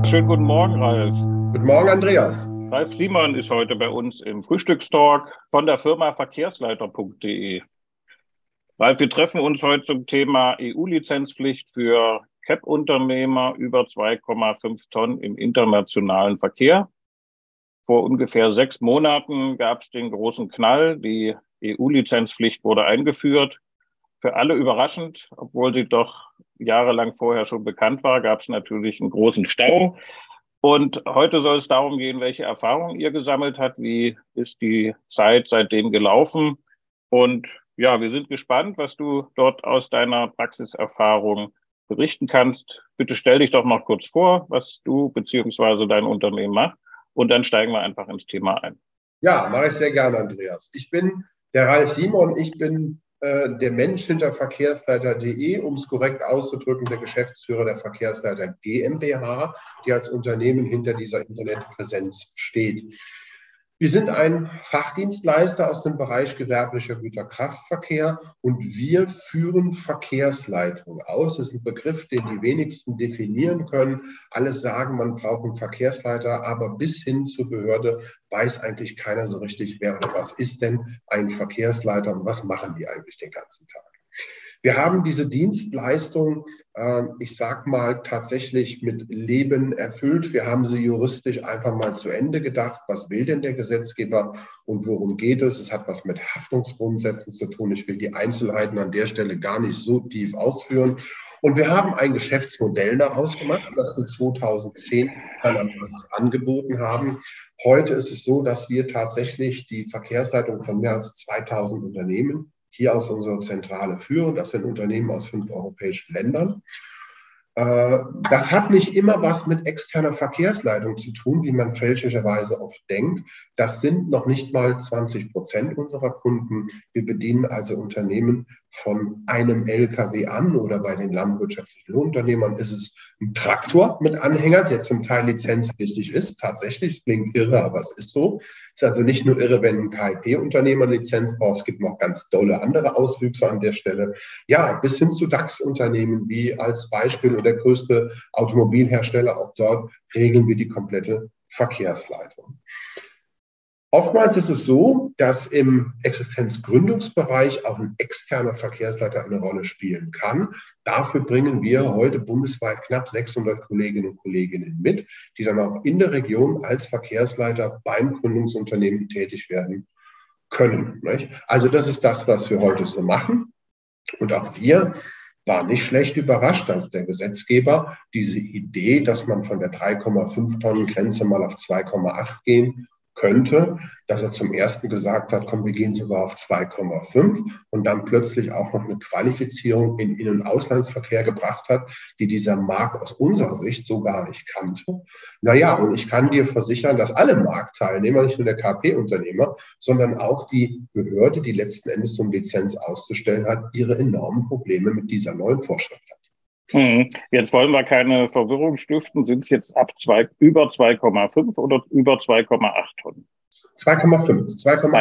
Schönen guten Morgen, Ralf. Guten Morgen, Andreas. Ralf Simon ist heute bei uns im Frühstückstalk von der Firma Verkehrsleiter.de. Ralf, wir treffen uns heute zum Thema EU-Lizenzpflicht für CAB-Unternehmer über 2,5 Tonnen im internationalen Verkehr. Vor ungefähr 6 Monaten gab es den großen Knall. Die EU-Lizenzpflicht wurde eingeführt. Für alle überraschend, obwohl sie doch jahrelang vorher schon bekannt war, gab es natürlich einen großen Stau. Und heute soll es darum gehen, welche Erfahrungen ihr gesammelt habt. Wie ist die Zeit seitdem gelaufen? Und ja, wir sind gespannt, was du dort aus deiner Praxiserfahrung berichten kannst. Bitte stell dich doch noch kurz vor, was du bzw. dein Unternehmen macht. Und dann steigen wir einfach ins Thema ein. Ja, mache ich sehr gerne, Andreas. Ich bin der Ralf Simon. Ich bin der Mensch hinter Verkehrsleiter.de, um es korrekt auszudrücken, der Geschäftsführer der Verkehrsleiter GmbH, die als Unternehmen hinter dieser Internetpräsenz steht. Wir sind ein Fachdienstleister aus dem Bereich gewerblicher Güterkraftverkehr und wir führen Verkehrsleitung aus. Das ist ein Begriff, den die wenigsten definieren können. Alle sagen, man braucht einen Verkehrsleiter, aber bis hin zur Behörde weiß eigentlich keiner so richtig, wer oder was ist denn ein Verkehrsleiter und was machen die eigentlich den ganzen Tag. Wir haben diese Dienstleistung, ich sag mal, tatsächlich mit Leben erfüllt. Wir haben sie juristisch einfach mal zu Ende gedacht. Was will denn der Gesetzgeber und worum geht es? Es hat was mit Haftungsgrundsätzen zu tun. Ich will die Einzelheiten an der Stelle gar nicht so tief ausführen. Und wir haben ein Geschäftsmodell daraus gemacht, das wir 2010 dann am Markt angeboten haben. Heute ist es so, dass wir tatsächlich die Verkehrsleitung von mehr als 2000 Unternehmen hier aus unserer Zentrale führen. Das sind Unternehmen aus 5 europäischen Ländern. Das hat nicht immer was mit externer Verkehrsleitung zu tun, wie man fälschlicherweise oft denkt. Das sind noch nicht mal 20% unserer Kunden. Wir bedienen also Unternehmen von einem LKW an oder bei den landwirtschaftlichen Unternehmern ist es ein Traktor mit Anhänger, der zum Teil lizenzpflichtig ist. Tatsächlich, es klingt irre, aber es ist so. Es ist also nicht nur irre, wenn ein KIP-Unternehmer eine Lizenz braucht. Es gibt noch ganz dolle andere Auswüchse an der Stelle. Ja, bis hin zu DAX-Unternehmen wie als Beispiel oder der größte Automobilhersteller. Auch dort regeln wir die komplette Verkehrsleitung. Oftmals ist es so, dass im Existenzgründungsbereich auch ein externer Verkehrsleiter eine Rolle spielen kann. Dafür bringen wir heute bundesweit knapp 600 Kolleginnen und Kollegen mit, die dann auch in der Region als Verkehrsleiter beim Gründungsunternehmen tätig werden können. Also das ist das, was wir heute so machen. Und auch wir waren nicht schlecht überrascht, als der Gesetzgeber diese Idee, dass man von der 3,5 Tonnen Grenze mal auf 2,8 gehen könnte, dass er zum ersten gesagt hat, komm, wir gehen sogar auf 2,5 und dann plötzlich auch noch eine Qualifizierung in In- und Auslandsverkehr gebracht hat, die dieser Markt aus unserer Sicht so gar nicht kannte. Naja, und ich kann dir versichern, dass alle Marktteilnehmer, nicht nur der KP-Unternehmer, sondern auch die Behörde, die letzten Endes so eine Lizenz auszustellen hat, ihre enormen Probleme mit dieser neuen Vorschrift hat. Jetzt wollen wir keine Verwirrung stiften. Sind es jetzt über 2,5 oder über 2,8 Tonnen? 2,5.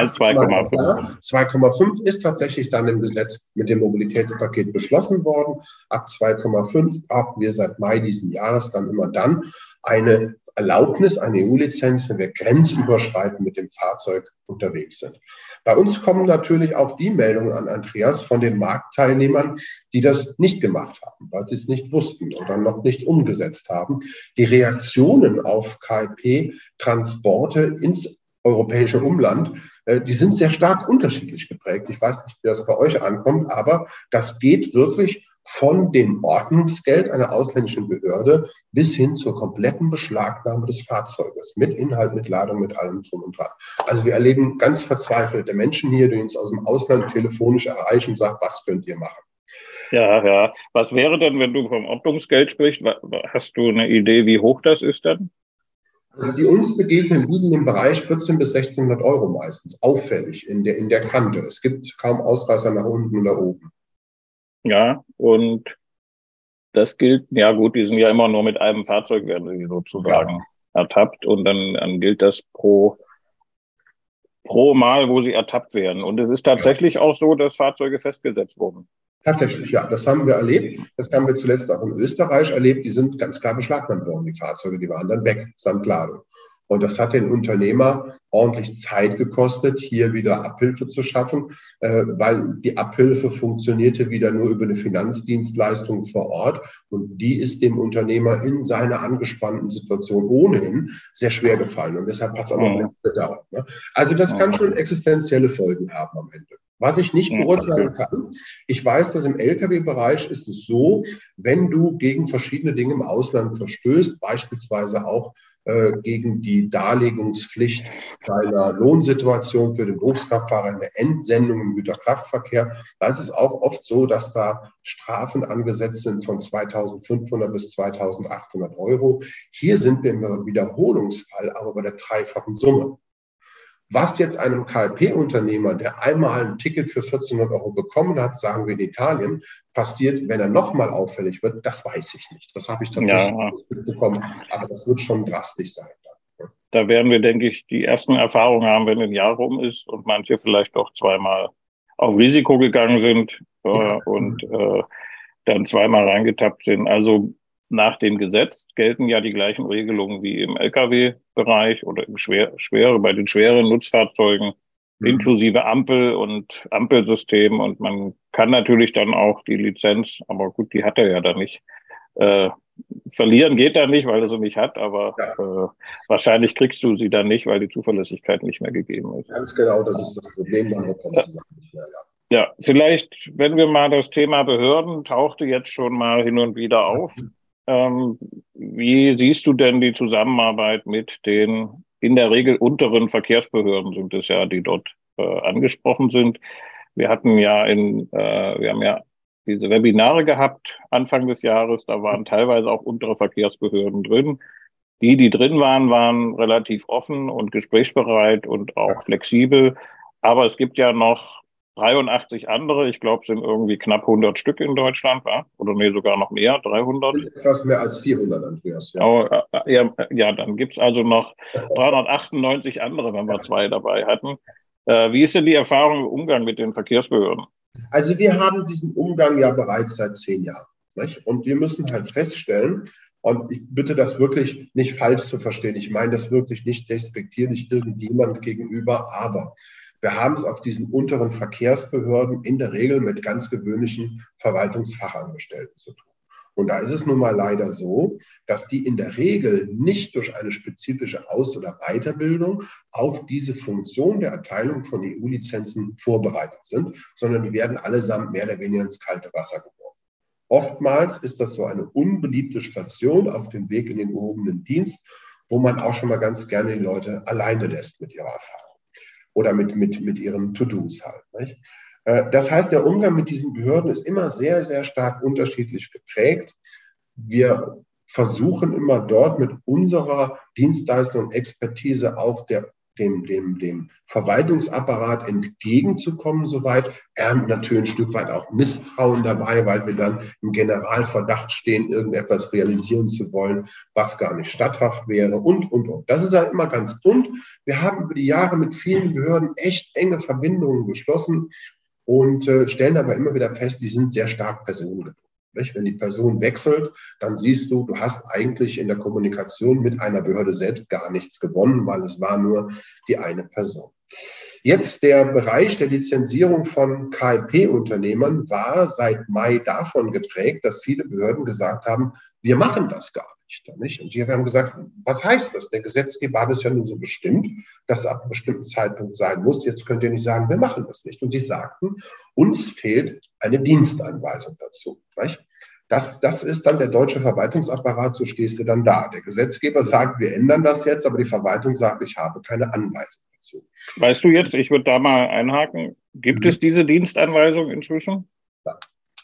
2,5. 2,5 ist tatsächlich dann im Gesetz mit dem Mobilitätspaket beschlossen worden. Ab 2,5 haben wir seit Mai diesen Jahres dann immer dann eine Erlaubnis, eine EU-Lizenz, wenn wir grenzüberschreitend mit dem Fahrzeug unterwegs sind. Bei uns kommen natürlich auch die Meldungen an, Andreas, von den Marktteilnehmern, die das nicht gemacht haben, weil sie es nicht wussten oder noch nicht umgesetzt haben. Die Reaktionen auf KIP-Transporte ins europäische Umland, die sind sehr stark unterschiedlich geprägt. Ich weiß nicht, wie das bei euch ankommt, aber das geht wirklich von dem Ordnungsgeld einer ausländischen Behörde bis hin zur kompletten Beschlagnahme des Fahrzeuges mit Inhalt, mit Ladung, mit allem drum und dran. Also wir erleben ganz verzweifelte Menschen hier, die uns aus dem Ausland telefonisch erreichen und sagen, was könnt ihr machen? Ja, ja. Was wäre denn, wenn du vom Ordnungsgeld sprichst? Hast du eine Idee, wie hoch das ist dann? Also die uns begegnen, liegen im Bereich 1400 bis 1600 Euro meistens, auffällig in der Kante. Es gibt kaum Ausreißer nach unten oder oben. Ja, und das gilt, ja gut, die sind ja immer nur mit einem Fahrzeug, werden sie sozusagen ertappt und dann gilt das pro Mal, wo sie ertappt werden. Und es ist tatsächlich auch so, dass Fahrzeuge festgesetzt wurden. Tatsächlich, ja, das haben wir erlebt. Das haben wir zuletzt auch in Österreich erlebt. Die sind ganz klar beschlagnahmt worden, die Fahrzeuge, die waren dann weg, samt Ladung. Und das hat den Unternehmer ordentlich Zeit gekostet, hier wieder Abhilfe zu schaffen, weil die Abhilfe funktionierte wieder nur über eine Finanzdienstleistung vor Ort. Und die ist dem Unternehmer in seiner angespannten Situation ohnehin sehr schwer gefallen. Und deshalb hat es auch noch länger gedauert. Ne? Also das kann schon existenzielle Folgen haben am Ende. Was ich nicht beurteilen kann, ich weiß, dass im Lkw-Bereich ist es so, wenn du gegen verschiedene Dinge im Ausland verstößt, beispielsweise auch gegen die Darlegungspflicht deiner Lohnsituation für den Berufskraftfahrer in der Entsendung im Güterkraftverkehr, da ist es auch oft so, dass da Strafen angesetzt sind von 2.500 bis 2.800 Euro. Hier sind wir im Wiederholungsfall aber bei der dreifachen Summe. Was jetzt einem KLP-Unternehmer, der einmal ein Ticket für 1.400 Euro bekommen hat, sagen wir in Italien, passiert, wenn er nochmal auffällig wird, das weiß ich nicht. Das habe ich tatsächlich nicht mitbekommen, aber das wird schon drastisch sein. Da werden wir, denke ich, die ersten Erfahrungen haben, wenn ein Jahr rum ist und manche vielleicht auch zweimal auf Risiko gegangen sind und dann zweimal reingetappt sind. Also nach dem Gesetz gelten ja die gleichen Regelungen wie im Lkw-Bereich oder bei den schweren Nutzfahrzeugen, inklusive Ampel und Ampelsystem. Und man kann natürlich dann auch die Lizenz, aber gut, die hat er ja dann nicht. Verlieren geht da nicht, weil er sie nicht hat, aber wahrscheinlich kriegst du sie dann nicht, weil die Zuverlässigkeit nicht mehr gegeben ist. Ganz genau, das ist das Problem, dann bekommst du Sachen nicht mehr, Ja, vielleicht, wenn wir mal das Thema Behörden tauchte jetzt schon mal hin und wieder auf. Wie siehst du denn die Zusammenarbeit mit den in der Regel unteren Verkehrsbehörden sind es ja, die dort angesprochen sind? Wir haben ja diese Webinare gehabt Anfang des Jahres, da waren teilweise auch untere Verkehrsbehörden drin. Die drin waren, waren relativ offen und gesprächsbereit und auch flexibel. Aber es gibt ja noch 83 andere, ich glaube, es sind irgendwie knapp 100 Stück in Deutschland, oder nee, sogar noch mehr, 300. Etwas mehr als 400, Andreas. Ja, ja, dann gibt es also noch 398 andere, wenn wir zwei dabei hatten. Wie ist denn die Erfahrung im Umgang mit den Verkehrsbehörden? Also wir haben diesen Umgang ja bereits seit 10 Jahren. Nicht? Und wir müssen halt feststellen, und ich bitte das wirklich nicht falsch zu verstehen, ich meine das wirklich nicht despektierlich irgendjemand gegenüber, aber wir haben es auf diesen unteren Verkehrsbehörden in der Regel mit ganz gewöhnlichen Verwaltungsfachangestellten zu tun. Und da ist es nun mal leider so, dass die in der Regel nicht durch eine spezifische Aus- oder Weiterbildung auf diese Funktion der Erteilung von EU-Lizenzen vorbereitet sind, sondern die werden allesamt mehr oder weniger ins kalte Wasser geworfen. Oftmals ist das so eine unbeliebte Station auf dem Weg in den gehobenen Dienst, wo man auch schon mal ganz gerne die Leute alleine lässt mit ihrer Erfahrung oder mit ihren To-Dos halt. Nicht? Das heißt, der Umgang mit diesen Behörden ist immer sehr, sehr stark unterschiedlich geprägt. Wir versuchen immer dort mit unserer Dienstleistung und Expertise auch dem Verwaltungsapparat entgegenzukommen, soweit. Natürlich ein Stück weit auch Misstrauen dabei, weil wir dann im Generalverdacht stehen, irgendetwas realisieren zu wollen, was gar nicht statthaft wäre und. Das ist ja immer ganz bunt. Wir haben über die Jahre mit vielen Behörden echt enge Verbindungen geschlossen und stellen aber immer wieder fest, die sind sehr stark personengebunden. Wenn die Person wechselt, dann siehst du, du hast eigentlich in der Kommunikation mit einer Behörde selbst gar nichts gewonnen, weil es war nur die eine Person. Jetzt der Bereich der Lizenzierung von KLP-Unternehmern war seit Mai davon geprägt, dass viele Behörden gesagt haben, wir machen das gar nicht. Und die haben gesagt, was heißt das? Der Gesetzgeber hat es ja nur so bestimmt, dass es ab einem bestimmten Zeitpunkt sein muss. Jetzt könnt ihr nicht sagen, wir machen das nicht. Und die sagten, uns fehlt eine Dienstanweisung dazu. Nicht? Das ist dann der deutsche Verwaltungsapparat, so stehst du dann da. Der Gesetzgeber sagt, wir ändern das jetzt, aber die Verwaltung sagt, ich habe keine Anweisung dazu. Weißt du jetzt, ich würde da mal einhaken, gibt es diese Dienstanweisung inzwischen? Ja.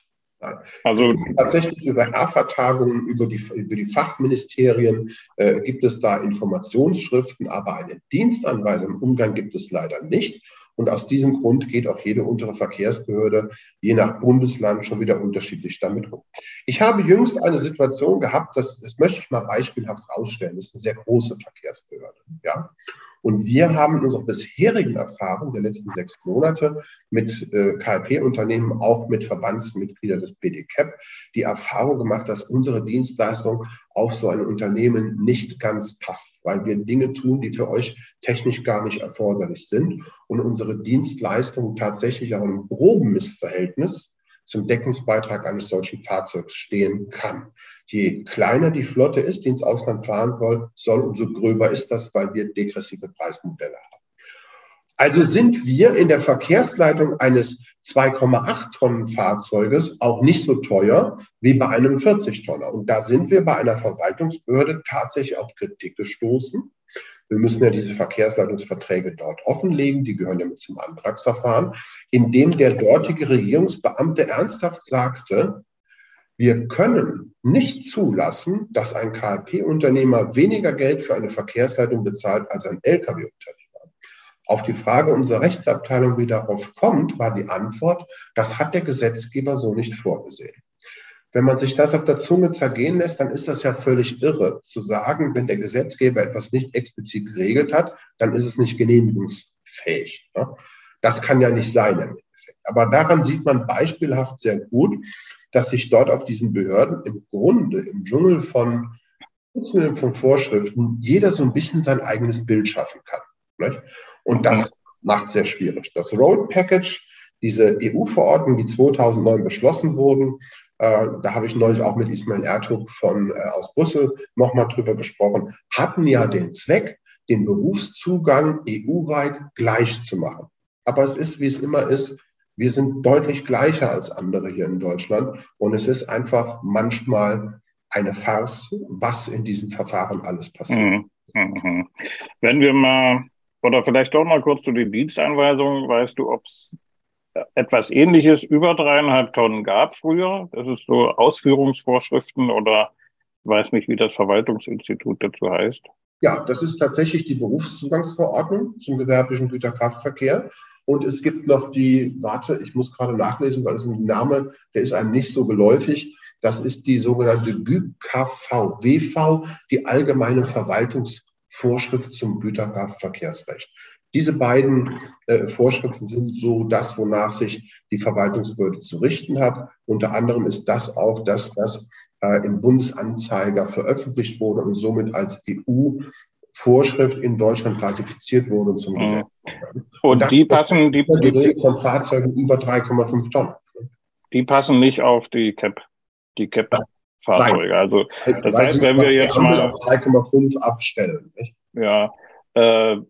Also tatsächlich über HAFA-Tagungen, über die Fachministerien gibt es da Informationsschriften, aber eine Dienstanweisung im Umgang gibt es leider nicht. Und aus diesem Grund geht auch jede untere Verkehrsbehörde je nach Bundesland schon wieder unterschiedlich damit um. Ich habe jüngst eine Situation gehabt, das möchte ich mal beispielhaft rausstellen, das ist eine sehr große Verkehrsbehörde. Ja? Und wir haben in unserer bisherigen Erfahrung der letzten 6 Monate mit KLP-Unternehmen, auch mit Verbandsmitgliedern des BDCAP, die Erfahrung gemacht, dass unsere Dienstleistung auf so ein Unternehmen nicht ganz passt, weil wir Dinge tun, die für euch technisch gar nicht erforderlich sind und unsere Dienstleistung tatsächlich auch in einem groben Missverhältnis zum Deckungsbeitrag eines solchen Fahrzeugs stehen kann. Je kleiner die Flotte ist, die ins Ausland fahren soll, umso gröber ist das, weil wir degressive Preismodelle haben. Also sind wir in der Verkehrsleitung eines 2,8 Tonnen Fahrzeuges auch nicht so teuer wie bei einem 40 Tonner. Und da sind wir bei einer Verwaltungsbehörde tatsächlich auf Kritik gestoßen. Wir müssen ja diese Verkehrsleitungsverträge dort offenlegen, die gehören ja mit zum Antragsverfahren, indem der dortige Regierungsbeamte ernsthaft sagte, wir können nicht zulassen, dass ein KLP-Unternehmer weniger Geld für eine Verkehrsleitung bezahlt als ein Lkw-Unternehmer. Auf die Frage unserer Rechtsabteilung, wie darauf kommt, war die Antwort, das hat der Gesetzgeber so nicht vorgesehen. Wenn man sich das auf der Zunge zergehen lässt, dann ist das ja völlig irre, zu sagen, wenn der Gesetzgeber etwas nicht explizit geregelt hat, dann ist es nicht genehmigungsfähig. Das kann ja nicht sein im Endeffekt. Aber daran sieht man beispielhaft sehr gut, dass sich dort auf diesen Behörden im Grunde, im Dschungel von Vorschriften, jeder so ein bisschen sein eigenes Bild schaffen kann. Und das macht es sehr schwierig. Das Road Package, diese EU-Verordnung, die 2009 beschlossen wurden, da habe ich neulich auch mit Ismail Ertug aus Brüssel nochmal drüber gesprochen, hatten ja den Zweck, den Berufszugang EU-weit gleich zu machen. Aber es ist, wie es immer ist, wir sind deutlich gleicher als andere hier in Deutschland. Und es ist einfach manchmal eine Farce, was in diesem Verfahren alles passiert. Wenn wir mal, oder vielleicht doch mal kurz zu den Dienstanweisungen, weißt du, ob es etwas Ähnliches über 3,5 Tonnen gab früher? Das ist so Ausführungsvorschriften oder ich weiß nicht, wie das Verwaltungsinstitut dazu heißt. Ja, das ist tatsächlich die Berufszugangsverordnung zum gewerblichen Güterkraftverkehr. Und es gibt noch ich muss gerade nachlesen, weil es ein Name, der ist einem nicht so geläufig. Das ist die sogenannte GÜKVWV, die allgemeine Verwaltungsvorschrift zum Güterkraftverkehrsrecht. Diese beiden Vorschriften sind so das, wonach sich die Verwaltungsbehörde zu richten hat. Unter anderem ist das auch das, was im Bundesanzeiger veröffentlicht wurde und somit als EU-Vorschrift in Deutschland ratifiziert wurde und zum Gesetz. Und die passen, die Rede von Fahrzeugen über 3,5 Tonnen. Die passen nicht auf die CAP-Fahrzeuge. Nein. Also das heißt, wenn wir jetzt mal auf 3,5 abstellen. Nicht? Ja, wenn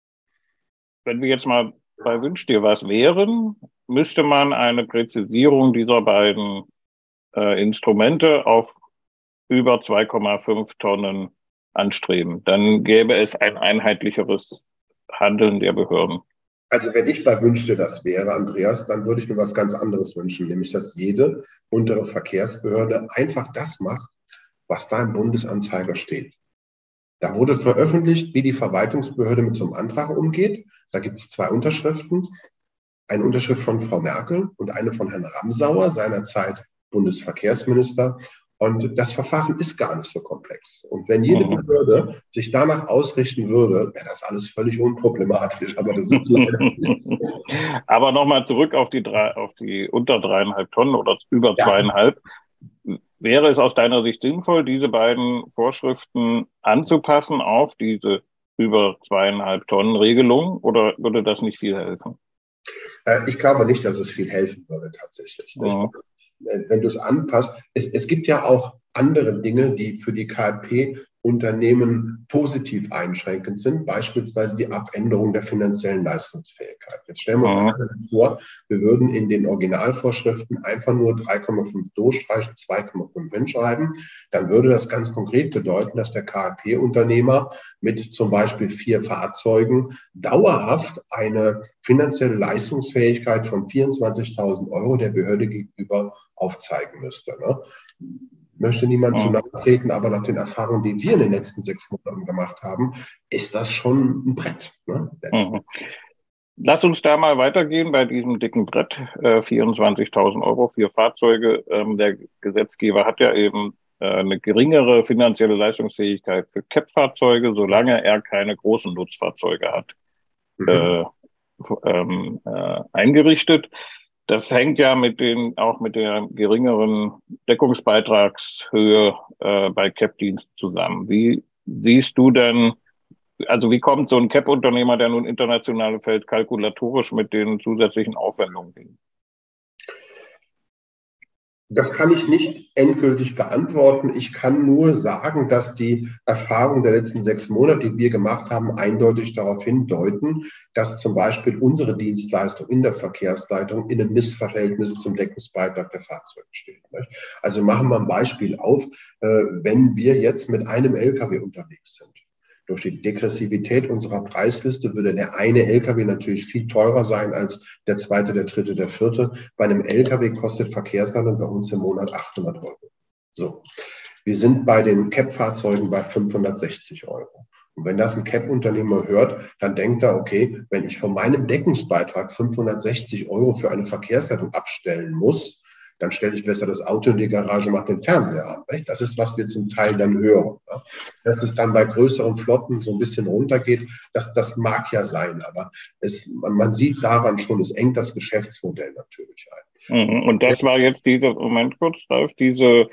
wir jetzt mal bei Wünsch dir was wären, müsste man eine Präzisierung dieser beiden Instrumente auf über 2,5 Tonnen anstreben. Dann gäbe es ein einheitlicheres Handeln der Behörden. Also wenn ich bei Wünsch dir das wäre, Andreas, dann würde ich mir was ganz anderes wünschen, nämlich dass jede untere Verkehrsbehörde einfach das macht, was da im Bundesanzeiger steht. Da wurde veröffentlicht, wie die Verwaltungsbehörde mit so einem Antrag umgeht. Da gibt es 2 Unterschriften. Eine Unterschrift von Frau Merkel und eine von Herrn Ramsauer, seinerzeit Bundesverkehrsminister. Und das Verfahren ist gar nicht so komplex. Und wenn jede Behörde sich danach ausrichten würde, wäre das alles völlig unproblematisch. Aber das ist leider nicht. Aber nochmal zurück auf die unter 3,5 Tonnen oder über 2,5. Wäre es aus deiner Sicht sinnvoll, diese beiden Vorschriften anzupassen auf diese über 2,5 Tonnen Regelung, oder würde das nicht viel helfen? Ich glaube nicht, dass es viel helfen würde tatsächlich. Ja. Wenn du es anpasst, es gibt ja auch andere Dinge, die für die KLP-Unternehmen positiv einschränkend sind, beispielsweise die Abänderung der finanziellen Leistungsfähigkeit. Jetzt stellen wir uns vor, wir würden in den Originalvorschriften einfach nur 3,5 durchstreichen, 2,5 hinschreiben. Dann würde das ganz konkret bedeuten, dass der KLP-Unternehmer mit zum Beispiel 4 Fahrzeugen dauerhaft eine finanzielle Leistungsfähigkeit von 24.000 € der Behörde gegenüber aufzeigen müsste. Ne? Möchte niemand zu nahe treten, aber nach den Erfahrungen, die wir in den letzten 6 Monaten gemacht haben, ist das schon ein Brett. Ne? Lass uns da mal weitergehen bei diesem dicken Brett, 24.000 Euro für Fahrzeuge. Der Gesetzgeber hat ja eben eine geringere finanzielle Leistungsfähigkeit für CAP-Fahrzeuge, solange er keine großen Nutzfahrzeuge hat, äh, eingerichtet. Das hängt ja auch mit der geringeren Deckungsbeitragshöhe bei CAP-Dienst zusammen. Wie siehst du denn, also wie kommt so ein CAP-Unternehmer, der nun international fällt, kalkulatorisch mit den zusätzlichen Aufwendungen hin? Das kann ich nicht endgültig beantworten. Ich kann nur sagen, dass die Erfahrungen der letzten 6 Monate, die wir gemacht haben, eindeutig darauf hindeuten, dass zum Beispiel unsere Dienstleistung in der Verkehrsleitung in einem Missverhältnis zum Deckungsbeitrag der Fahrzeuge steht. Also machen wir ein Beispiel auf, wenn wir jetzt mit einem Lkw unterwegs sind. Durch die Degressivität unserer Preisliste würde der eine Lkw natürlich viel teurer sein als der zweite, der dritte, der vierte. Bei einem Lkw kostet Verkehrsleitung bei uns im Monat 800 Euro. So. Wir sind bei den CAP-Fahrzeugen bei 560 Euro. Und wenn das ein CAP-Unternehmer hört, dann denkt er, okay, wenn ich von meinem Deckungsbeitrag 560 Euro für eine Verkehrsleitung abstellen muss, dann stelle ich besser das Auto in die Garage, mache den Fernseher an. Nicht? Das ist, was wir zum Teil dann hören. Dass es dann bei größeren Flotten so ein bisschen runtergeht, das mag ja sein, aber man sieht daran schon, es engt das Geschäftsmodell natürlich ein. Und das war jetzt Moment kurz, Ralf, diese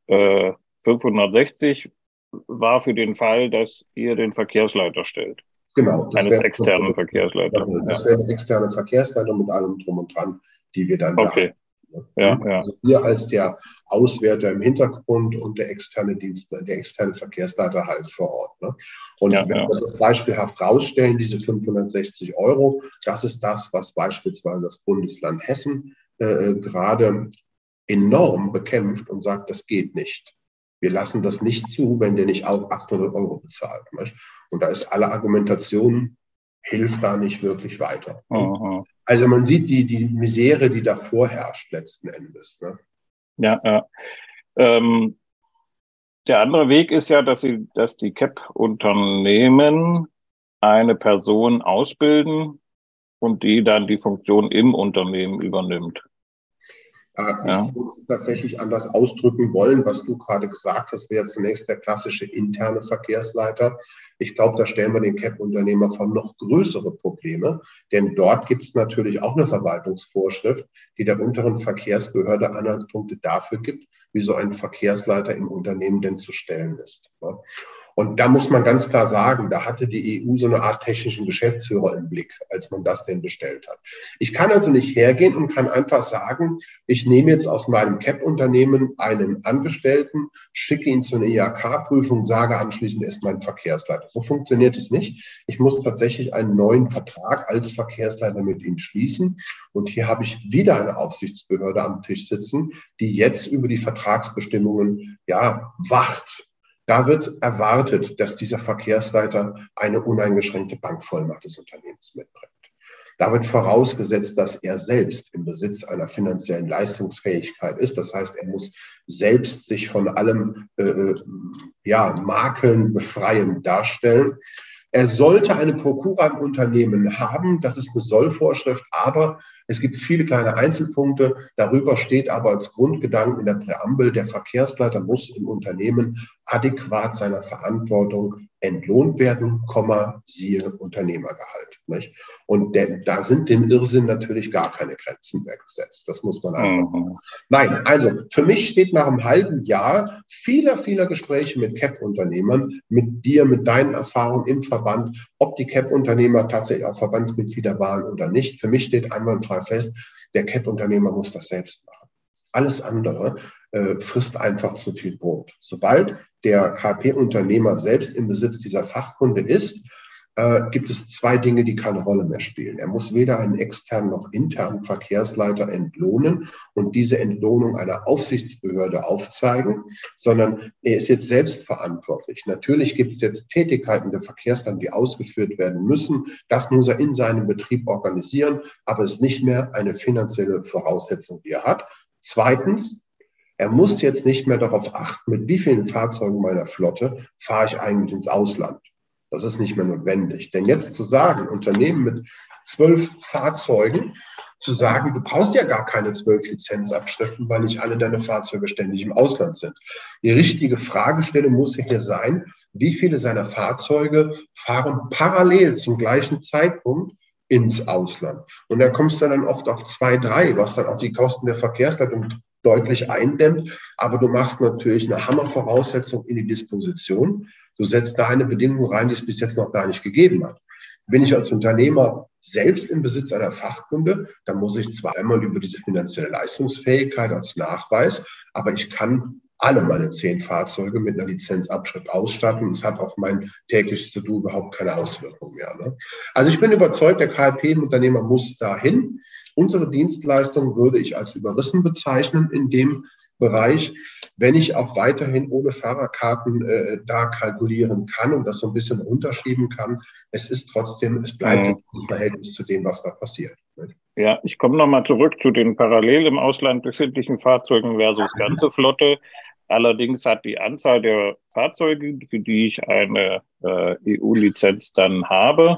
560 war für den Fall, dass ihr den Verkehrsleiter stellt. Genau. Eines externen Verkehrsleiters. Das wäre eine externe Verkehrsleitung mit allem drum und dran, die wir dann da haben. Ja. Also wir als der Auswerter im Hintergrund und der externe Verkehrsleiter halt vor Ort. Ne? Und wenn wir das beispielhaft rausstellen, diese 560 Euro, das ist das, was beispielsweise das Bundesland Hessen gerade enorm bekämpft und sagt, das geht nicht. Wir lassen das nicht zu, wenn der nicht auch 800 Euro bezahlt. Nicht? Und da ist alle Argumentation, hilft da nicht wirklich weiter. Aha. Also man sieht die Misere, die da vorherrscht letzten Endes. Ne? Ja. Der andere Weg ist ja, dass die CAP-Unternehmen eine Person ausbilden und die dann die Funktion im Unternehmen übernimmt. Ich würde es tatsächlich anders ausdrücken wollen, was du gerade gesagt hast, wäre zunächst der klassische interne Verkehrsleiter. Ich glaube, da stellen wir den CAP-Unternehmer vor noch größere Probleme, denn dort gibt es natürlich auch eine Verwaltungsvorschrift, die der unteren Verkehrsbehörde Anhaltspunkte dafür gibt, wie so ein Verkehrsleiter im Unternehmen denn zu stellen ist. Und da muss man ganz klar sagen, da hatte die EU so eine Art technischen Geschäftsführer im Blick, als man das denn bestellt hat. Ich kann also nicht hergehen und kann einfach sagen, ich nehme jetzt aus meinem CAP-Unternehmen einen Angestellten, schicke ihn zu einer IHK-Prüfung, sage anschließend, er ist mein Verkehrsleiter. So funktioniert es nicht. Ich muss tatsächlich einen neuen Vertrag als Verkehrsleiter mit ihm schließen. Und hier habe ich wieder eine Aufsichtsbehörde am Tisch sitzen, die jetzt über die Vertragsbestimmungen wacht. Da wird erwartet, dass dieser Verkehrsleiter eine uneingeschränkte Bankvollmacht des Unternehmens mitbringt. Da wird vorausgesetzt, dass er selbst im Besitz einer finanziellen Leistungsfähigkeit ist. Das heißt, er muss selbst sich von allem Makeln befreien darstellen. Er sollte eine Prokura im Unternehmen haben, das ist eine Sollvorschrift, aber es gibt viele kleine Einzelpunkte. Darüber steht aber als Grundgedanken in der Präambel, der Verkehrsleiter muss im Unternehmen adäquat seiner Verantwortung entlohnt werden, siehe Unternehmergehalt. Nicht? Und da sind dem Irrsinn natürlich gar keine Grenzen mehr gesetzt. Das muss man einfach machen. Nein, also für mich steht nach einem halben Jahr vieler Gespräche mit CAP-Unternehmern, mit dir, mit deinen Erfahrungen im Verband, ob die CAP-Unternehmer tatsächlich auch Verbandsmitglieder waren oder nicht. Für mich steht einwandfrei fest, der CAP-Unternehmer muss das selbst machen. Alles andere frisst einfach zu viel Brot. Sobald der KP-Unternehmer selbst im Besitz dieser Fachkunde ist, gibt es 2 Dinge, die keine Rolle mehr spielen. Er muss weder einen externen noch internen Verkehrsleiter entlohnen und diese Entlohnung einer Aufsichtsbehörde aufzeigen, sondern er ist jetzt selbst verantwortlich. Natürlich gibt es jetzt Tätigkeiten der Verkehrsleitung, die ausgeführt werden müssen. Das muss er in seinem Betrieb organisieren, aber es ist nicht mehr eine finanzielle Voraussetzung, die er hat. Zweitens, er muss jetzt nicht mehr darauf achten, mit wie vielen Fahrzeugen meiner Flotte fahre ich eigentlich ins Ausland. Das ist nicht mehr notwendig. Denn jetzt zu sagen, Unternehmen mit 12 Fahrzeugen, zu sagen, du brauchst ja gar keine 12 Lizenzabschriften, weil nicht alle deine Fahrzeuge ständig im Ausland sind. Die richtige Fragestellung muss hier sein, wie viele seiner Fahrzeuge fahren parallel zum gleichen Zeitpunkt ins Ausland. Und da kommst du dann oft auf 2, 3, was dann auch die Kosten der Verkehrsleitung deutlich eindämmt. Aber du machst natürlich eine Hammervoraussetzung in die Disposition. Du setzt da eine Bedingung rein, die es bis jetzt noch gar nicht gegeben hat. Bin ich als Unternehmer selbst im Besitz einer Fachkunde, dann muss ich zwar einmal über diese finanzielle Leistungsfähigkeit als Nachweis, aber ich kann alle meine 10 Fahrzeuge mit einer Lizenzabschrift ausstatten und es hat auf mein tägliches To-Do überhaupt keine Auswirkung mehr. Ne? Also ich bin überzeugt, der KfW-Unternehmer muss dahin. Unsere Dienstleistung würde ich als überrissen bezeichnen in dem Bereich, wenn ich auch weiterhin ohne Fahrerkarten da kalkulieren kann und das so ein bisschen runterschieben kann. Es ist trotzdem, es bleibt im Verhältnis zu dem, was da passiert. Ja, ich komme nochmal zurück zu den parallel im Ausland befindlichen Fahrzeugen versus ganze Flotte. Allerdings hat die Anzahl der Fahrzeuge, für die ich eine EU-Lizenz dann habe,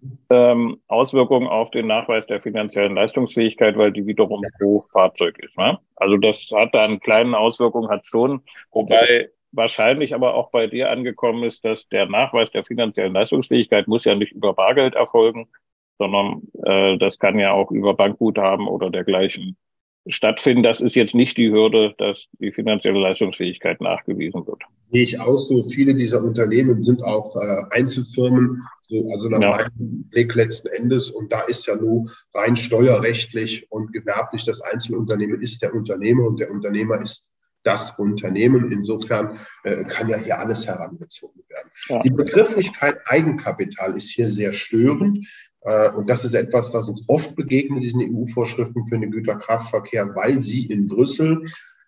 Auswirkungen auf den Nachweis der finanziellen Leistungsfähigkeit, weil die wiederum pro Fahrzeug ist. Ne? Also das hat da eine kleine Auswirkung, hat schon, wobei wahrscheinlich aber auch bei dir angekommen ist, dass der Nachweis der finanziellen Leistungsfähigkeit muss ja nicht über Bargeld erfolgen, sondern das kann ja auch über Bankguthaben oder dergleichen stattfinden. Das ist jetzt nicht die Hürde, dass die finanzielle Leistungsfähigkeit nachgewiesen wird. Sehe ich auch so. Viele dieser Unternehmen sind auch Einzelfirmen, also nach meinem Blick letzten Endes. Und da ist ja nur rein steuerrechtlich und gewerblich das Einzelunternehmen ist der Unternehmer und der Unternehmer ist das Unternehmen. Insofern kann ja hier alles herangezogen werden. Ja. Die Begrifflichkeit Eigenkapital ist hier sehr störend. Und das ist etwas, was uns oft begegnet, diesen EU-Vorschriften für den Güterkraftverkehr, weil sie in Brüssel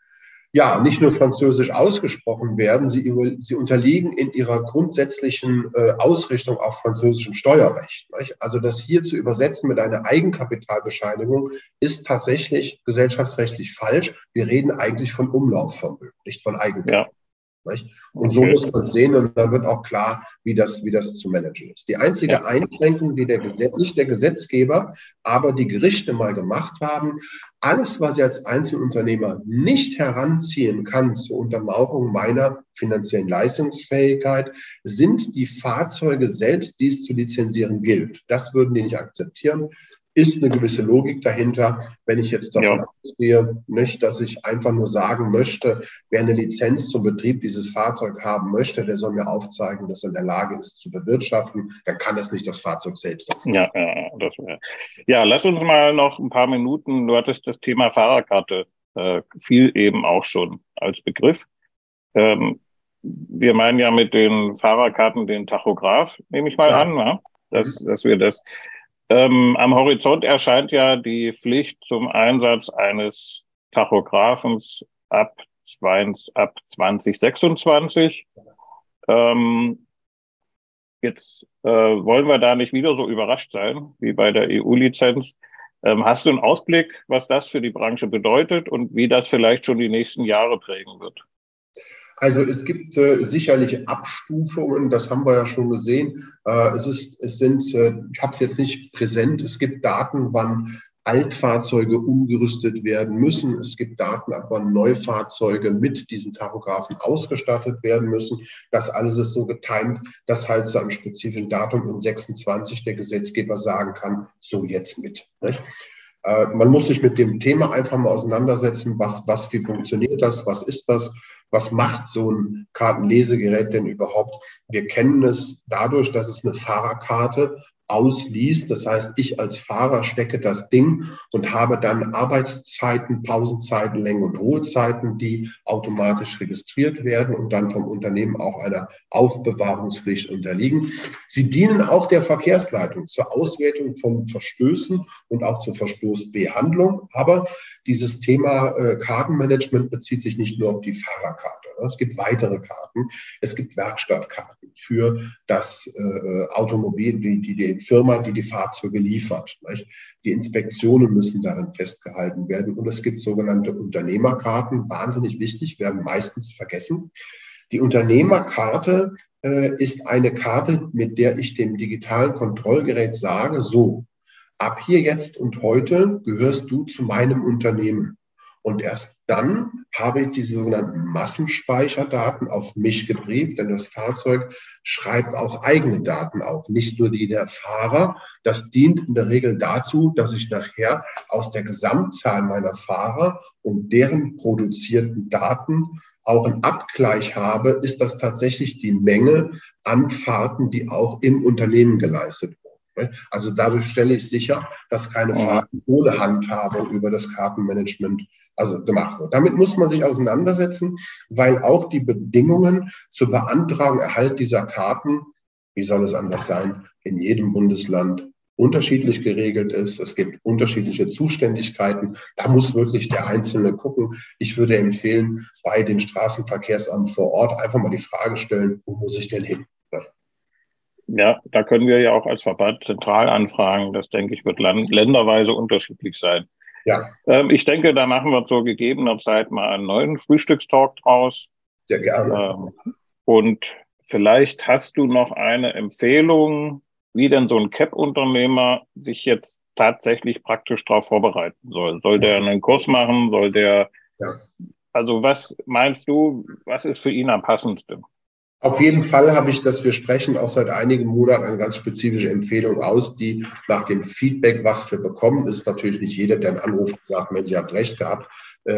ja nicht nur französisch ausgesprochen werden, sie unterliegen in ihrer grundsätzlichen Ausrichtung auch französischem Steuerrecht. Nicht? Also das hier zu übersetzen mit einer Eigenkapitalbescheinigung ist tatsächlich gesellschaftsrechtlich falsch. Wir reden eigentlich von Umlaufvermögen, nicht von Eigenkapital. Ja. Und so muss man es sehen und dann wird auch klar, wie das zu managen ist. Die einzige Einschränkung, die nicht der Gesetzgeber, aber die Gerichte mal gemacht haben, alles, was ich als Einzelunternehmer nicht heranziehen kann zur Untermauerung meiner finanziellen Leistungsfähigkeit, sind die Fahrzeuge selbst, die es zu lizenzieren gilt. Das würden die nicht akzeptieren. Ist eine gewisse Logik dahinter, wenn ich jetzt davon ausgehe, nicht, dass ich einfach nur sagen möchte, wer eine Lizenz zum Betrieb dieses Fahrzeugs haben möchte, der soll mir aufzeigen, dass er in der Lage ist zu bewirtschaften, dann kann das nicht das Fahrzeug selbst sein. Ja, lass uns mal noch ein paar Minuten, du hattest das Thema Fahrerkarte, viel eben auch schon als Begriff. Wir meinen ja mit den Fahrerkarten den Tachograph, nehme ich mal an, ne? Dass wir das... am Horizont erscheint ja die Pflicht zum Einsatz eines Tachographens ab 2026. Jetzt wollen wir da nicht wieder so überrascht sein wie bei der EU-Lizenz. Hast du einen Ausblick, was das für die Branche bedeutet und wie das vielleicht schon die nächsten Jahre prägen wird? Also es gibt sicherlich Abstufungen, das haben wir ja schon gesehen. Ich habe es jetzt nicht präsent, es gibt Daten, wann Altfahrzeuge umgerüstet werden müssen. Es gibt Daten, ab wann Neufahrzeuge mit diesen Tachographen ausgestattet werden müssen. Das alles ist so getimt, dass halt zu einem spezifischen Datum in 26 der Gesetzgeber sagen kann, so jetzt mit. Nicht? Man muss sich mit dem Thema einfach mal auseinandersetzen, wie funktioniert das, was ist das, was macht so ein Kartenlesegerät denn überhaupt? Wir kennen es dadurch, dass es eine Fahrerkarte ausliest. Das heißt, ich als Fahrer stecke das Ding und habe dann Arbeitszeiten, Pausenzeiten, Längen- und Ruhezeiten, die automatisch registriert werden und dann vom Unternehmen auch einer Aufbewahrungspflicht unterliegen. Sie dienen auch der Verkehrsleitung zur Auswertung von Verstößen und auch zur Verstoßbehandlung. Aber dieses Thema Kartenmanagement bezieht sich nicht nur auf die Fahrerkarte. Es gibt weitere Karten. Es gibt Werkstattkarten für das Automobil, die Firma, die Fahrzeuge liefert. Nicht? Die Inspektionen müssen darin festgehalten werden. Und es gibt sogenannte Unternehmerkarten, wahnsinnig wichtig, werden meistens vergessen. Die Unternehmerkarte ist eine Karte, mit der ich dem digitalen Kontrollgerät sage, so, ab hier, jetzt und heute gehörst du zu meinem Unternehmen. Und erst dann habe ich die sogenannten Massenspeicherdaten auf mich gebrieft, denn das Fahrzeug schreibt auch eigene Daten auf, nicht nur die der Fahrer. Das dient in der Regel dazu, dass ich nachher aus der Gesamtzahl meiner Fahrer und deren produzierten Daten auch einen Abgleich habe, ist das tatsächlich die Menge an Fahrten, die auch im Unternehmen geleistet wurden. Also dadurch stelle ich sicher, dass keine Fahrten ohne Handhabung über das Kartenmanagement gemacht wird. Damit muss man sich auseinandersetzen, weil auch die Bedingungen zur Beantragung, Erhalt dieser Karten, wie soll es anders sein, in jedem Bundesland unterschiedlich geregelt ist. Es gibt unterschiedliche Zuständigkeiten. Da muss wirklich der Einzelne gucken. Ich würde empfehlen, bei den Straßenverkehrsämtern vor Ort einfach mal die Frage stellen, wo muss ich denn hin? Ja, da können wir ja auch als Verband zentral anfragen. Das, denke ich, wird länderweise unterschiedlich sein. Ja. Ich denke, da machen wir zur gegebener Zeit mal einen neuen Frühstückstalk draus. Sehr gerne. Und vielleicht hast du noch eine Empfehlung, wie denn so ein CAP-Unternehmer sich jetzt tatsächlich praktisch darauf vorbereiten soll. Soll der einen Kurs machen? Soll der, also was meinst du, was ist für ihn am passendsten? Auf jeden Fall habe ich, dass wir sprechen, auch seit einigen Monaten eine ganz spezifische Empfehlung aus, die nach dem Feedback, was wir bekommen, ist natürlich nicht jeder, der einen Anruf sagt, Mensch, ihr habt recht gehabt,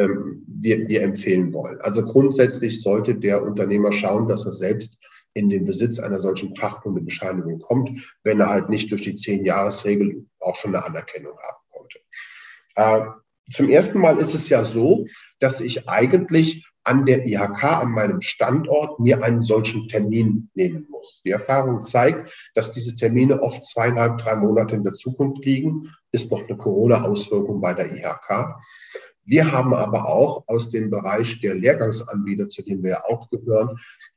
wir empfehlen wollen. Also grundsätzlich sollte der Unternehmer schauen, dass er selbst in den Besitz einer solchen Fachkundebescheinigung kommt, wenn er halt nicht durch die 10-Jahres-Regel auch schon eine Anerkennung haben konnte. Zum ersten Mal ist es ja so, dass ich eigentlich an der IHK, an meinem Standort, mir einen solchen Termin nehmen muss. Die Erfahrung zeigt, dass diese Termine oft 2,5, 3 Monate in der Zukunft liegen. Ist noch eine Corona-Auswirkung bei der IHK. Wir haben aber auch aus dem Bereich der Lehrgangsanbieter, zu denen wir ja auch gehören,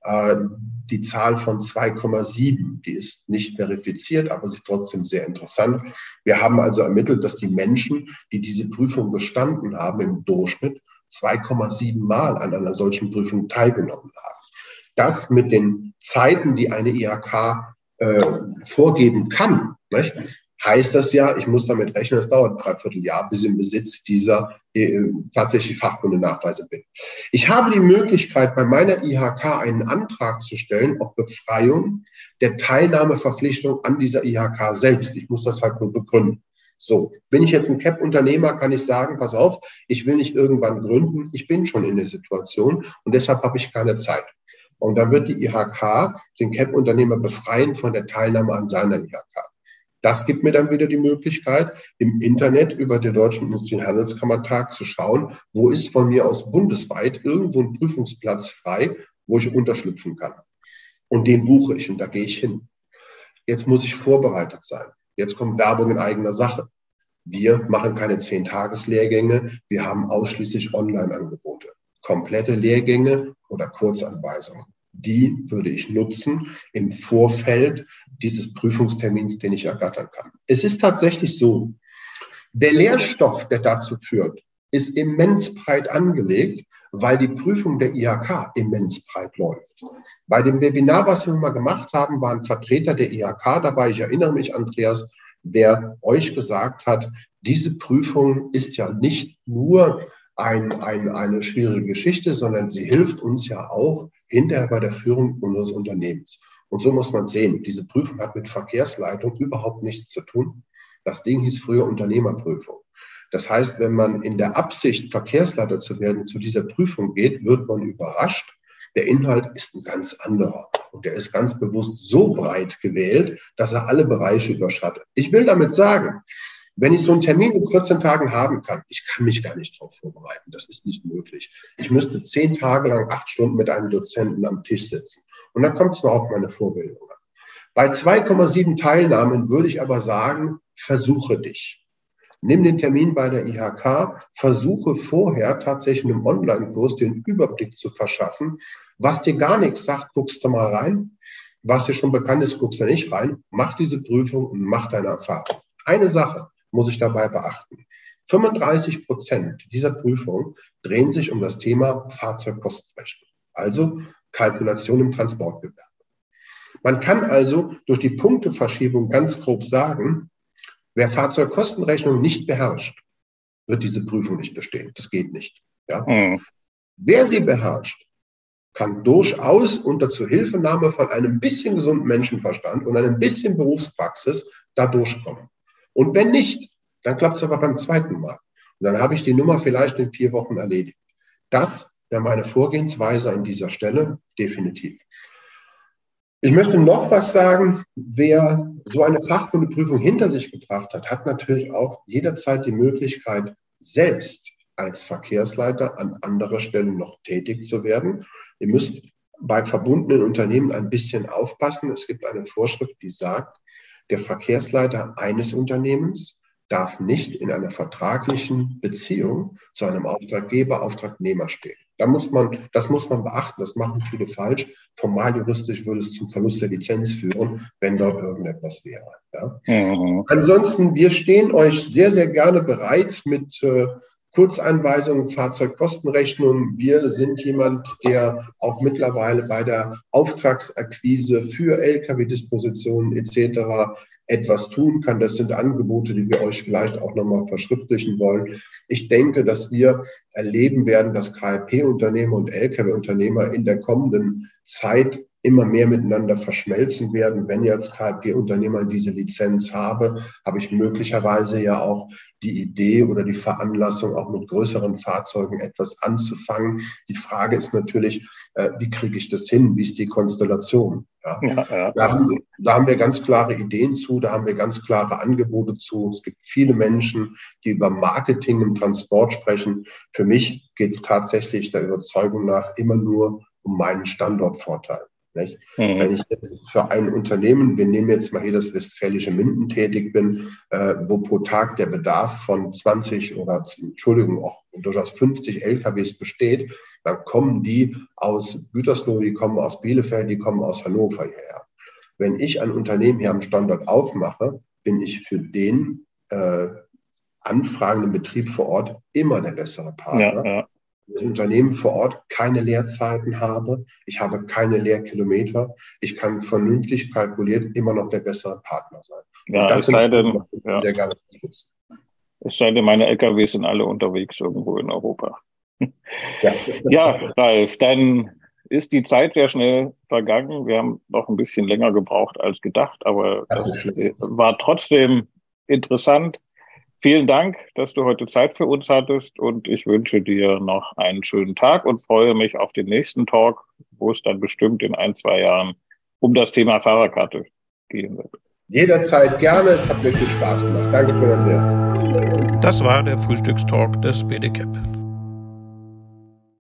die Zahl von 2,7. Die ist nicht verifiziert, aber sie ist trotzdem sehr interessant. Wir haben also ermittelt, dass die Menschen, die diese Prüfung bestanden haben, im Durchschnitt 2,7 Mal an einer solchen Prüfung teilgenommen haben. Das mit den Zeiten, die eine IHK vorgeben kann, nicht? Heißt das ja, ich muss damit rechnen, es dauert ein Dreivierteljahr, bis ich im Besitz dieser tatsächlich Fachkundenachweise bin. Ich habe die Möglichkeit, bei meiner IHK einen Antrag zu stellen auf Befreiung der Teilnahmeverpflichtung an dieser IHK selbst. Ich muss das halt nur begründen. So, bin ich jetzt ein CAP-Unternehmer, kann ich sagen, pass auf, ich will nicht irgendwann gründen, ich bin schon in der Situation und deshalb habe ich keine Zeit. Und dann wird die IHK den CAP-Unternehmer befreien von der Teilnahme an seiner IHK. Das gibt mir dann wieder die Möglichkeit, im Internet über den Deutschen Industrie- und Handelskammertag zu schauen, wo ist von mir aus bundesweit irgendwo ein Prüfungsplatz frei, wo ich unterschlüpfen kann. Und den buche ich und da gehe ich hin. Jetzt muss ich vorbereitet sein. Jetzt kommt Werbung in eigener Sache. Wir machen keine 10-Tages-Lehrgänge, wir haben ausschließlich Online-Angebote. Komplette Lehrgänge oder Kurzanweisungen. Die würde ich nutzen im Vorfeld dieses Prüfungstermins, den ich ergattern kann. Es ist tatsächlich so, der Lehrstoff, der dazu führt, ist immens breit angelegt, weil die Prüfung der IHK immens breit läuft. Bei dem Webinar, was wir mal gemacht haben, waren Vertreter der IHK dabei. Ich erinnere mich, Andreas, der euch gesagt hat, diese Prüfung ist ja nicht nur eine schwierige Geschichte, sondern sie hilft uns ja auch hinterher bei der Führung unseres Unternehmens. Und so muss man sehen, diese Prüfung hat mit Verkehrsleitung überhaupt nichts zu tun. Das Ding hieß früher Unternehmerprüfung. Das heißt, wenn man in der Absicht, Verkehrsleiter zu werden, zu dieser Prüfung geht, wird man überrascht. Der Inhalt ist ein ganz anderer. Und der ist ganz bewusst so breit gewählt, dass er alle Bereiche überschattet. Ich will damit sagen, wenn ich so einen Termin in 14 Tagen haben kann, ich kann mich gar nicht darauf vorbereiten. Das ist nicht möglich. Ich müsste 10 Tage lang 8 Stunden mit einem Dozenten am Tisch sitzen. Und dann kommt es noch auf meine Vorbildung an. Bei 2,7 Teilnahmen würde ich aber sagen, versuche dich. Nimm den Termin bei der IHK, versuche vorher tatsächlich in einem Online-Kurs den Überblick zu verschaffen. Was dir gar nichts sagt, guckst du mal rein. Was dir schon bekannt ist, guckst du nicht rein. Mach diese Prüfung und mach deine Erfahrung. Eine Sache muss ich dabei beachten. 35% dieser Prüfung drehen sich um das Thema Fahrzeugkostenrechnung. also Kalkulation im Transportgewerbe. Man kann also durch die Punkteverschiebung ganz grob sagen, wer Fahrzeugkostenrechnung nicht beherrscht, wird diese Prüfung nicht bestehen. Das geht nicht. Ja? Wer sie beherrscht, kann durchaus unter Zuhilfenahme von einem bisschen gesunden Menschenverstand und einem bisschen Berufspraxis da durchkommen. Und wenn nicht, dann klappt es aber beim zweiten Mal. Und dann habe ich die Nummer vielleicht in 4 Wochen erledigt. Das wäre meine Vorgehensweise an dieser Stelle, definitiv. Ich möchte noch was sagen. Wer so eine Fachkundeprüfung hinter sich gebracht hat, hat natürlich auch jederzeit die Möglichkeit, selbst als Verkehrsleiter an anderer Stelle noch tätig zu werden. Ihr müsst bei verbundenen Unternehmen ein bisschen aufpassen. Es gibt eine Vorschrift, die sagt, der Verkehrsleiter eines Unternehmens darf nicht in einer vertraglichen Beziehung zu einem Auftraggeber, Auftragnehmer stehen. Das muss man beachten, das machen viele falsch. Formal juristisch würde es zum Verlust der Lizenz führen, wenn dort irgendetwas wäre. Ja. Ansonsten, wir stehen euch sehr, sehr gerne bereit mit Kurzeinweisungen, Fahrzeugkostenrechnungen. Wir sind jemand, der auch mittlerweile bei der Auftragsakquise für Lkw-Dispositionen etc. etwas tun kann. Das sind Angebote, die wir euch vielleicht auch nochmal verschriftlichen wollen. Ich denke, dass wir erleben werden, dass KLP-Unternehmer und Lkw-Unternehmer in der kommenden Zeit immer mehr miteinander verschmelzen werden. Wenn jetzt KLP-Unternehmer diese Lizenz habe ich möglicherweise ja auch die Idee oder die Veranlassung, auch mit größeren Fahrzeugen etwas anzufangen. Die Frage ist natürlich, wie kriege ich das hin? Wie ist die Konstellation? Ja. Da haben wir ganz klare Ideen zu, da haben wir ganz klare Angebote zu. Es gibt viele Menschen, die über Marketing im Transport sprechen. Für mich geht es tatsächlich der Überzeugung nach immer nur um meinen Standortvorteil. Nicht? Wenn ich jetzt für ein Unternehmen, wir nehmen jetzt mal hier das Westfälische Minden tätig bin, wo pro Tag der Bedarf von 20 oder auch durchaus 50 LKWs besteht, dann kommen die aus Gütersloh, die kommen aus Bielefeld, die kommen aus Hannover hierher. Wenn ich ein Unternehmen hier am Standort aufmache, bin ich für den anfragenden Betrieb vor Ort immer der bessere Partner. Ja. Das Unternehmen vor Ort keine Leerzeiten habe, ich habe keine Leerkilometer, ich kann vernünftig kalkuliert immer noch der bessere Partner sein. Ja, es sei denn, meine LKWs sind alle unterwegs irgendwo in Europa. Ja, Ralf, dann ist die Zeit sehr schnell vergangen. Wir haben noch ein bisschen länger gebraucht als gedacht, aber war trotzdem interessant. Vielen Dank, dass du heute Zeit für uns hattest und ich wünsche dir noch einen schönen Tag und freue mich auf den nächsten Talk, wo es dann bestimmt in 1-2 Jahren um das Thema Fahrerkarte gehen wird. Jederzeit gerne, es hat mir viel Spaß gemacht. Danke für Andreas. Das war der Frühstückstalk des BDCAP.